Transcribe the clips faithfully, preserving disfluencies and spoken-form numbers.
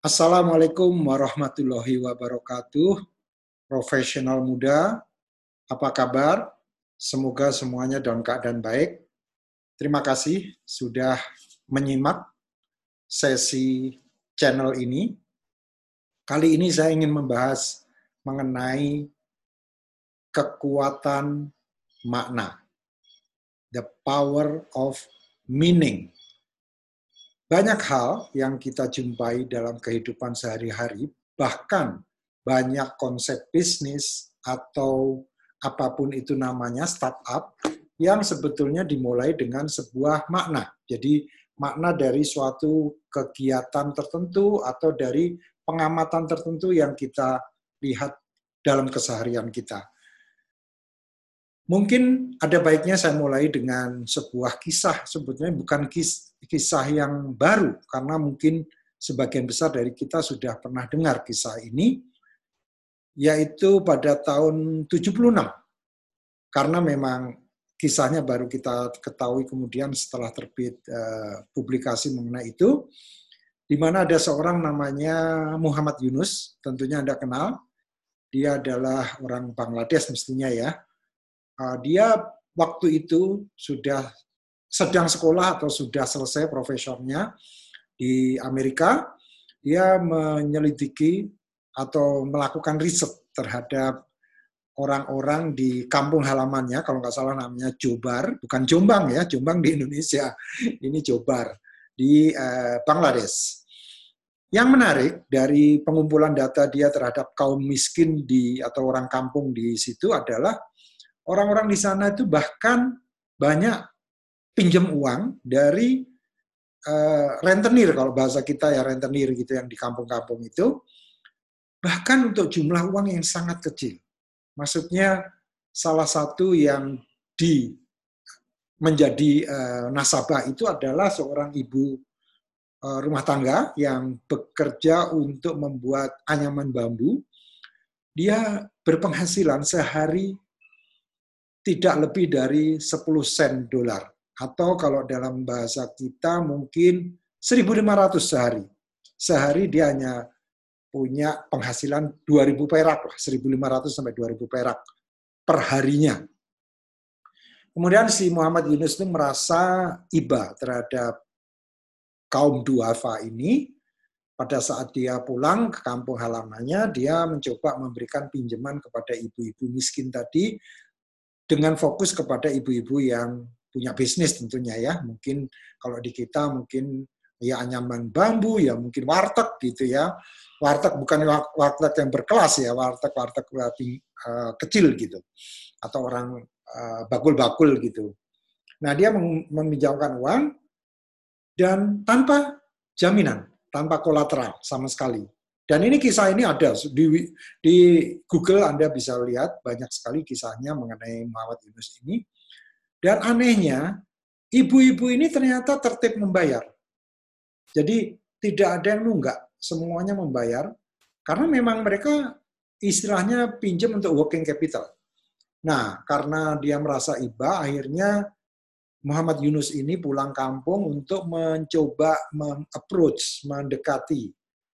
Assalamualaikum warahmatullahi wabarakatuh. Profesional muda, apa kabar? Semoga semuanya dalam keadaan baik. Terima kasih sudah menyimak sesi channel ini. Kali ini saya ingin membahas mengenai kekuatan makna, the power of meaning. Banyak hal yang kita jumpai dalam kehidupan sehari-hari, bahkan banyak konsep bisnis atau apapun itu namanya, startup, yang sebetulnya dimulai dengan sebuah makna. Jadi makna dari suatu kegiatan tertentu atau dari pengamatan tertentu yang kita lihat dalam keseharian kita. Mungkin ada baiknya saya mulai dengan sebuah kisah, sebetulnya bukan kis, kisah yang baru, karena mungkin sebagian besar dari kita sudah pernah dengar kisah ini, yaitu pada tahun tujuh puluh enam. Karena memang kisahnya baru kita ketahui kemudian setelah terbit uh, publikasi mengenai itu, di mana ada seorang namanya Muhammad Yunus, tentunya Anda kenal, dia adalah orang Bangladesh mestinya ya. Dia waktu itu sudah sedang sekolah atau sudah selesai profesornya di Amerika. Dia menyelidiki atau melakukan riset terhadap orang-orang di kampung halamannya, kalau nggak salah namanya Jobar, bukan Jombang ya, Jombang di Indonesia, ini Jobar, di eh, Bangladesh. Yang menarik dari pengumpulan data dia terhadap kaum miskin di atau orang kampung di situ adalah orang-orang di sana itu bahkan banyak pinjam uang dari uh, rentenir, kalau bahasa kita ya rentenir gitu yang di kampung-kampung itu, bahkan untuk jumlah uang yang sangat kecil. Maksudnya salah satu yang di menjadi uh, nasabah itu adalah seorang ibu uh, rumah tangga yang bekerja untuk membuat anyaman bambu. Dia berpenghasilan sehari tidak lebih dari sepuluh sen dolar. Atau kalau dalam bahasa kita mungkin seribu lima ratus sehari. Sehari dia hanya punya penghasilan dua ribu perak, seribu lima ratus sampai dua ribu perak per harinya. Kemudian si Muhammad Yunus itu merasa iba terhadap kaum duafa ini. Pada saat dia pulang ke kampung halamannya, dia mencoba memberikan pinjaman kepada ibu-ibu miskin tadi, dengan fokus kepada ibu-ibu yang punya bisnis tentunya ya. Mungkin kalau di kita mungkin ya anyaman bambu, ya mungkin warteg gitu ya. Warteg bukan warteg yang berkelas ya, warteg-warteg uh, kecil gitu. Atau orang uh, bakul-bakul gitu. Nah dia meminjamkan uang dan tanpa jaminan, tanpa kolateral sama sekali. Dan ini kisah ini ada di, di Google, Anda bisa lihat banyak sekali kisahnya mengenai Muhammad Yunus ini. Dan anehnya, ibu-ibu ini ternyata tertib membayar. Jadi tidak ada yang nunggak, semuanya membayar. Karena memang mereka istilahnya pinjam untuk working capital. Nah, karena dia merasa iba, akhirnya Muhammad Yunus ini pulang kampung untuk mencoba meng-approach, mendekati,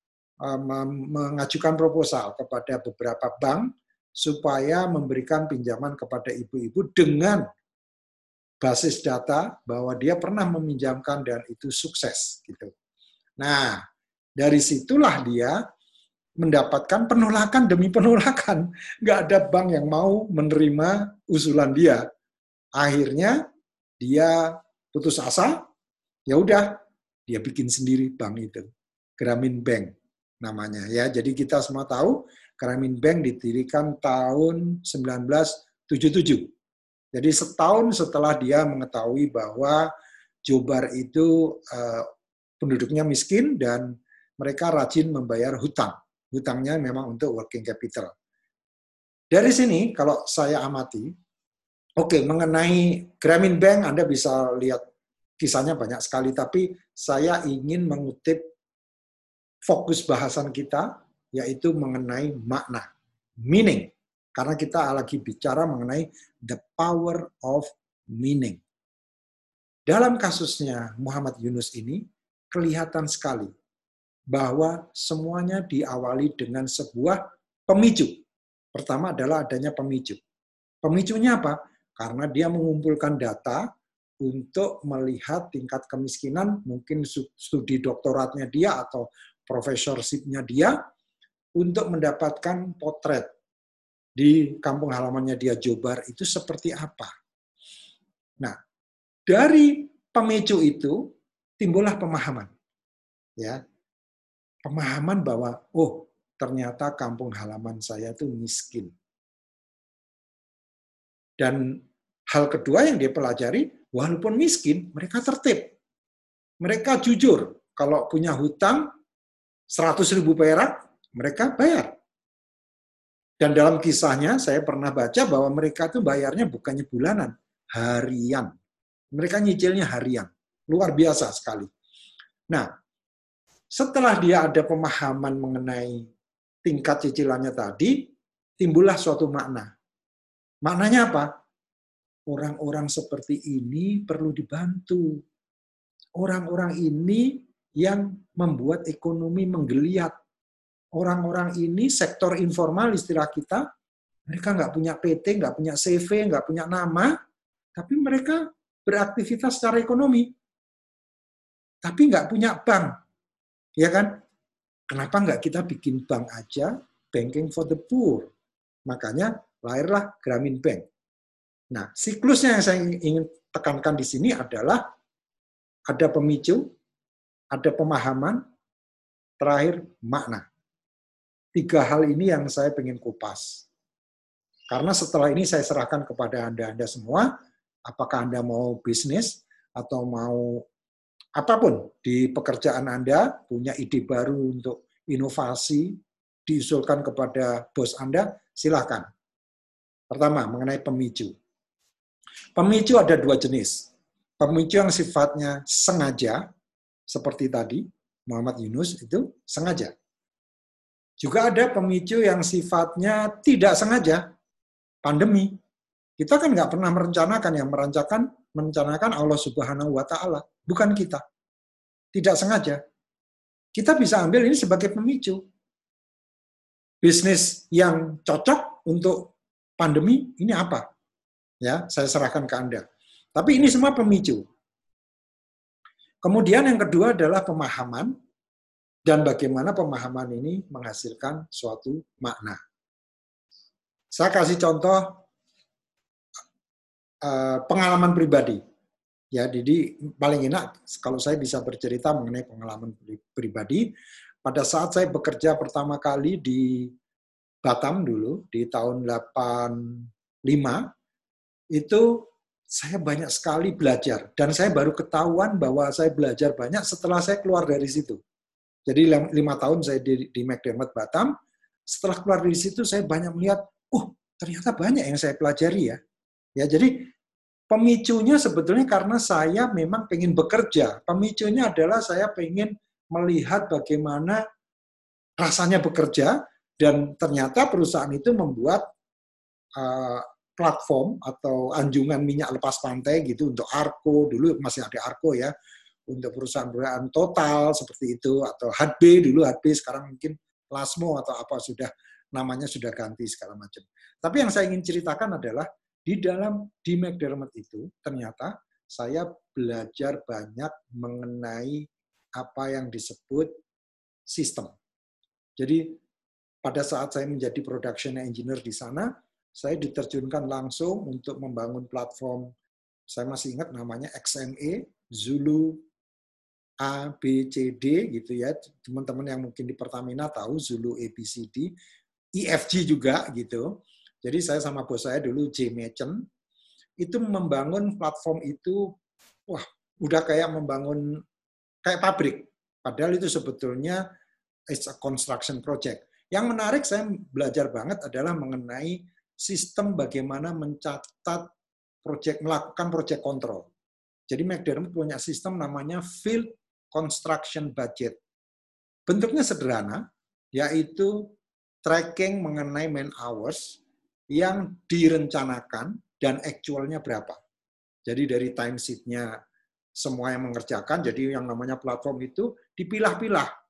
mengajukan proposal kepada beberapa bank supaya memberikan pinjaman kepada ibu-ibu dengan basis data bahwa dia pernah meminjamkan dan itu sukses gitu. Nah, dari situlah dia mendapatkan penolakan demi penolakan. Nggak ada bank yang mau menerima usulan dia. Akhirnya dia putus asa, ya udah dia bikin sendiri bank itu, Grameen Bank namanya ya. Jadi kita semua tahu Grameen Bank didirikan tahun seribu sembilan ratus tujuh puluh tujuh. Jadi setahun setelah dia mengetahui bahwa Jobar itu uh, penduduknya miskin dan mereka rajin membayar hutang. Hutangnya memang untuk working capital. Dari sini kalau saya amati, oke okay, mengenai Grameen Bank Anda bisa lihat kisahnya banyak sekali, tapi saya ingin mengutip fokus bahasan kita, yaitu mengenai makna, meaning. Karena kita lagi bicara mengenai the power of meaning. Dalam kasusnya Muhammad Yunus ini, kelihatan sekali bahwa semuanya diawali dengan sebuah pemicu. Pertama adalah adanya pemicu. Pemicunya apa? Karena dia mengumpulkan data untuk melihat tingkat kemiskinan, mungkin studi doktoratnya dia atau profesorshipnya dia, untuk mendapatkan potret di kampung halamannya dia Jobar itu seperti apa. Nah, dari pemicu itu timbullah pemahaman. Ya, pemahaman bahwa, oh, ternyata kampung halaman saya itu miskin. Dan hal kedua yang dia pelajari, walaupun miskin, mereka tertib. Mereka jujur. Kalau punya hutang seratus ribu perak, mereka bayar. Dan dalam kisahnya, saya pernah baca bahwa mereka itu bayarnya bukannya bulanan, harian. Mereka nyicilnya harian. Luar biasa sekali. Nah, setelah dia ada pemahaman mengenai tingkat cicilannya tadi, timbullah suatu makna. Maknanya apa? Orang-orang seperti ini perlu dibantu. Orang-orang ini yang membuat ekonomi menggeliat. Orang-orang ini sektor informal istilah kita, mereka nggak punya P T, nggak punya C V, nggak punya nama, tapi mereka beraktivitas secara ekonomi. Tapi nggak punya bank. Ya kan? Kenapa nggak kita bikin bank aja, banking for the poor? Makanya lahirlah Grameen Bank. Nah, siklusnya yang saya ingin tekankan di sini adalah ada pemicu, ada pemahaman, terakhir makna. Tiga hal ini yang saya ingin kupas. Karena setelah ini saya serahkan kepada Anda-Anda semua, apakah Anda mau bisnis atau mau apapun di pekerjaan Anda, punya ide baru untuk inovasi, diusulkan kepada bos Anda, silakan. Pertama, mengenai pemicu. Pemicu ada dua jenis. Pemicu yang sifatnya sengaja, seperti tadi, Muhammad Yunus itu sengaja. Juga ada pemicu yang sifatnya tidak sengaja, pandemi. Kita kan nggak pernah merencanakan, yang merencanakan, merencanakan Allah Subhanahu wa Ta'ala, bukan kita. Tidak sengaja. Kita bisa ambil ini sebagai pemicu. Bisnis yang cocok untuk pandemi ini apa? Ya, saya serahkan ke Anda. Tapi ini semua pemicu. Kemudian yang kedua adalah pemahaman, dan bagaimana pemahaman ini menghasilkan suatu makna. Saya kasih contoh pengalaman pribadi. Ya, jadi paling enak kalau saya bisa bercerita mengenai pengalaman pribadi. Pada saat saya bekerja pertama kali di Batam dulu, di tahun delapan puluh lima, itu saya banyak sekali belajar. Dan saya baru ketahuan bahwa saya belajar banyak setelah saya keluar dari situ. Jadi lima tahun saya di, di McDermott Batam, setelah keluar dari situ saya banyak melihat, oh ternyata banyak yang saya pelajari ya. Ya jadi pemicunya sebetulnya karena saya memang pengen bekerja. Pemicunya adalah saya pengen melihat bagaimana rasanya bekerja, dan ternyata perusahaan itu membuat uh, platform atau anjungan minyak lepas pantai gitu untuk Arco, dulu masih ada Arco ya, untuk perusahaan-perusahaan Total seperti itu, atau H B dulu, H B sekarang mungkin Plasmo atau apa, sudah namanya sudah ganti segala macam. Tapi yang saya ingin ceritakan adalah di dalam di McDermott itu ternyata saya belajar banyak mengenai apa yang disebut sistem. Jadi pada saat saya menjadi production engineer di sana, saya diterjunkan langsung untuk membangun platform, saya masih ingat namanya X M E, Zulu, A, B, C, D gitu ya. Teman-teman yang mungkin di Pertamina tahu Zulu, A, B, C, D, E, F, G juga gitu. Jadi saya sama bos saya dulu, J. Machen, itu membangun platform itu, wah, udah kayak membangun kayak pabrik. Padahal itu sebetulnya it's a construction project. Yang menarik saya belajar banget adalah mengenai sistem bagaimana mencatat project, melakukan project control. Jadi McDermott punya sistem namanya Field Construction Budget. Bentuknya sederhana, yaitu tracking mengenai man hours yang direncanakan dan actualnya berapa. Jadi dari time sheet-nya semua yang mengerjakan, jadi yang namanya platform itu dipilah-pilah.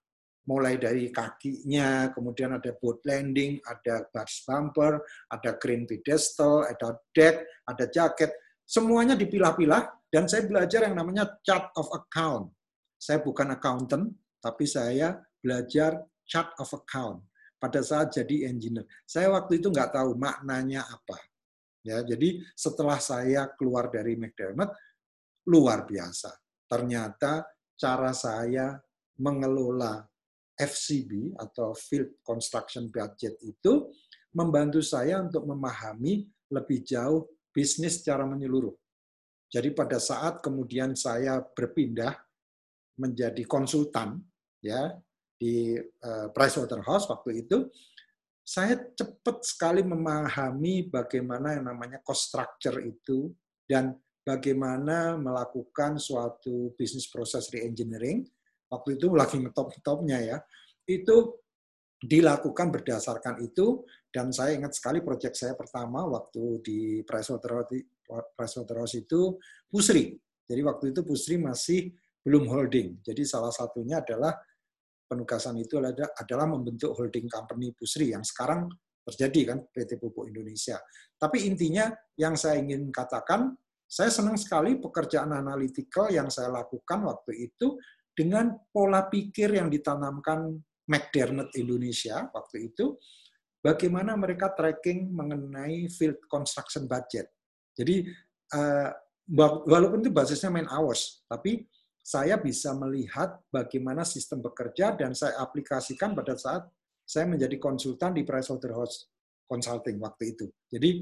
mulai dari kakinya, kemudian ada boat landing, ada bus bumper, ada crane pedestal, ada deck, ada jaket, semuanya dipilah-pilah, dan saya belajar yang namanya chart of account. Saya bukan accountant, tapi saya belajar chart of account pada saat jadi engineer. Saya waktu itu nggak tahu maknanya apa. Ya, jadi setelah saya keluar dari McDermott, luar biasa. Ternyata cara saya mengelola F C B atau Field Construction Budget itu membantu saya untuk memahami lebih jauh bisnis secara menyeluruh. Jadi pada saat kemudian saya berpindah menjadi konsultan ya di uh, Pricewaterhouse waktu itu, saya cepat sekali memahami bagaimana yang namanya cost structure itu dan bagaimana melakukan suatu bisnis proses re-engineering. Waktu itu lagi ngetop-ngetopnya ya, itu dilakukan berdasarkan itu, dan saya ingat sekali proyek saya pertama waktu di Pricewaterhouse itu Pusri. Jadi waktu itu Pusri masih belum holding. Jadi salah satunya adalah penugasan itu adalah membentuk holding company Pusri yang sekarang terjadi kan P T Pupuk Indonesia. Tapi intinya yang saya ingin katakan, saya senang sekali pekerjaan analytical yang saya lakukan waktu itu dengan pola pikir yang ditanamkan McDermott Indonesia waktu itu, bagaimana mereka tracking mengenai field construction budget. Jadi walaupun itu basisnya man hours, tapi saya bisa melihat bagaimana sistem bekerja dan saya aplikasikan pada saat saya menjadi konsultan di Pricewaterhouse Consulting waktu itu. Jadi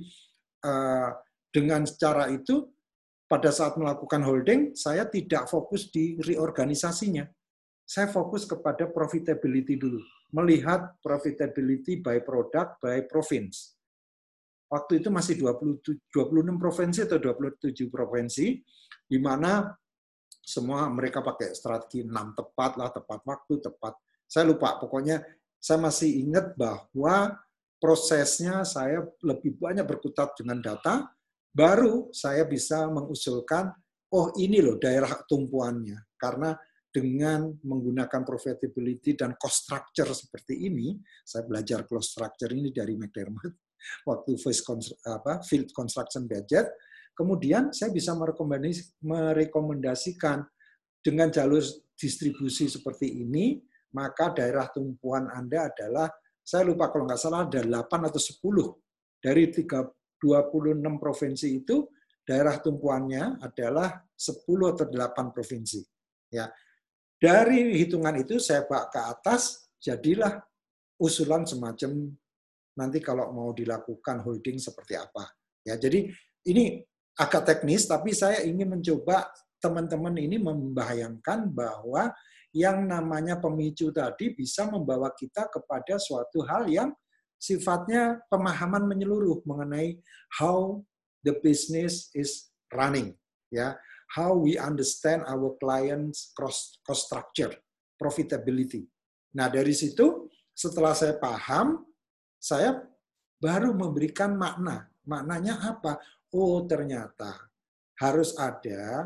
dengan cara itu, pada saat melakukan holding, saya tidak fokus di reorganisasinya. Saya fokus kepada profitability dulu. Melihat profitability by product, by province. Waktu itu masih dua puluh, dua puluh enam provinsi atau dua puluh tujuh provinsi, di mana semua mereka pakai strategi enam tepat lah, tepat waktu, tepat. Saya lupa, pokoknya saya masih ingat bahwa prosesnya saya lebih banyak berkutat dengan data, baru saya bisa mengusulkan, oh ini loh daerah tumpuannya. Karena dengan menggunakan profitability dan cost structure seperti ini, saya belajar cost structure ini dari McDermott, waktu Field Construction Budget, kemudian saya bisa merekomendasikan dengan jalur distribusi seperti ini, maka daerah tumpuan Anda adalah, saya lupa kalau nggak salah ada delapan atau sepuluh dari dua puluh enam provinsi itu, daerah tumpuannya adalah sepuluh atau delapan provinsi. Ya. Dari hitungan itu saya bawa ke atas, jadilah usulan semacam nanti kalau mau dilakukan holding seperti apa. Ya, jadi ini agak teknis, tapi saya ingin mencoba teman-teman ini membayangkan bahwa yang namanya pemicu tadi bisa membawa kita kepada suatu hal yang sifatnya pemahaman menyeluruh mengenai how the business is running, ya, how we understand our clients' cost, cost structure, profitability. Nah dari situ setelah saya paham, saya baru memberikan makna. Maknanya apa? Oh ternyata harus ada,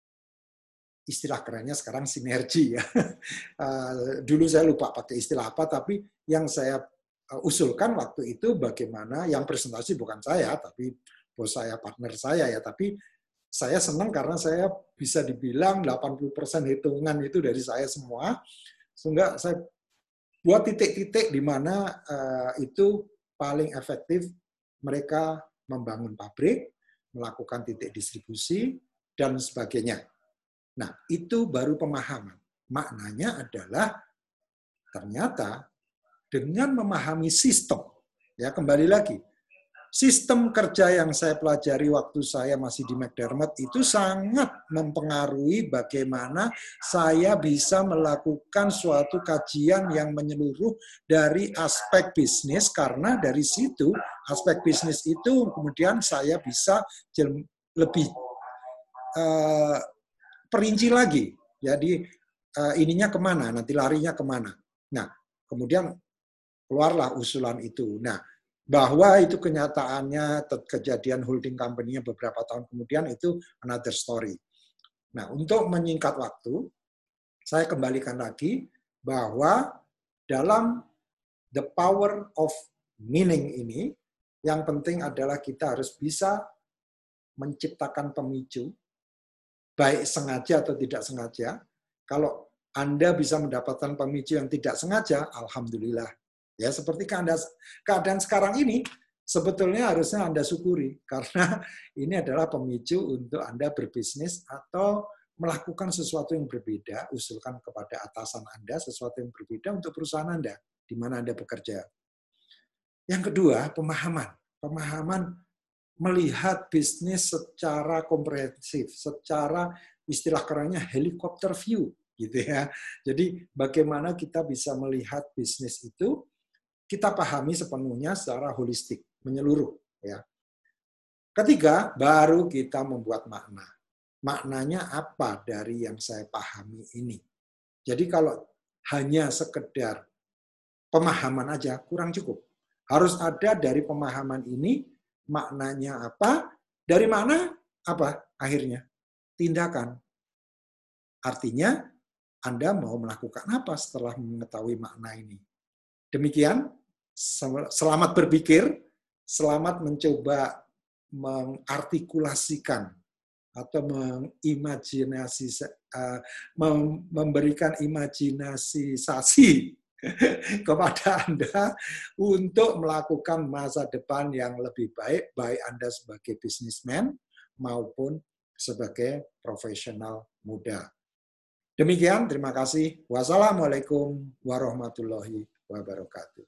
istilah kerennya sekarang sinergi ya. Dulu saya lupa pakai istilah apa, tapi yang saya usulkan waktu itu bagaimana, yang presentasi bukan saya, tapi bos saya, partner saya ya, tapi saya senang karena saya bisa dibilang delapan puluh persen hitungan itu dari saya semua, sehingga saya buat titik-titik di mana uh, itu paling efektif mereka membangun pabrik, melakukan titik distribusi, dan sebagainya. Nah, itu baru pemahaman. Maknanya adalah ternyata dengan memahami sistem, ya kembali lagi, sistem kerja yang saya pelajari waktu saya masih di McDermott itu sangat mempengaruhi bagaimana saya bisa melakukan suatu kajian yang menyeluruh dari aspek bisnis, karena dari situ aspek bisnis itu kemudian saya bisa lebih uh, perinci lagi. Jadi uh, ininya kemana, nanti larinya kemana. Nah, kemudian keluarlah usulan itu. Nah, bahwa itu kenyataannya kejadian holding company-nya beberapa tahun kemudian itu another story. Nah, untuk menyingkat waktu, saya kembalikan lagi bahwa dalam the power of meaning ini, yang penting adalah kita harus bisa menciptakan pemicu, baik sengaja atau tidak sengaja. Kalau Anda bisa mendapatkan pemicu yang tidak sengaja, alhamdulillah. Ya, seperti keadaan, keadaan sekarang ini, sebetulnya harusnya Anda syukuri, karena ini adalah pemicu untuk Anda berbisnis atau melakukan sesuatu yang berbeda, usulkan kepada atasan Anda sesuatu yang berbeda untuk perusahaan Anda, di mana Anda bekerja. Yang kedua, pemahaman. Pemahaman melihat bisnis secara komprehensif, secara istilah kerennya helikopter view, gitu ya. Jadi bagaimana kita bisa melihat bisnis itu, kita pahami sepenuhnya secara holistik, menyeluruh. Ya. Ketiga, baru kita membuat makna. Maknanya apa dari yang saya pahami ini? Jadi kalau hanya sekedar pemahaman aja kurang cukup. Harus ada dari pemahaman ini maknanya apa? Dari mana apa akhirnya? Tindakan. Artinya Anda mau melakukan apa setelah mengetahui makna ini? Demikian, selamat berpikir, selamat mencoba mengartikulasikan atau mengimajinasi, memberikan imajinasi kepada Anda untuk melakukan masa depan yang lebih baik, baik Anda sebagai bisnismen maupun sebagai profesional muda. Demikian, terima kasih. Wassalamualaikum warahmatullahi wabarakatuh.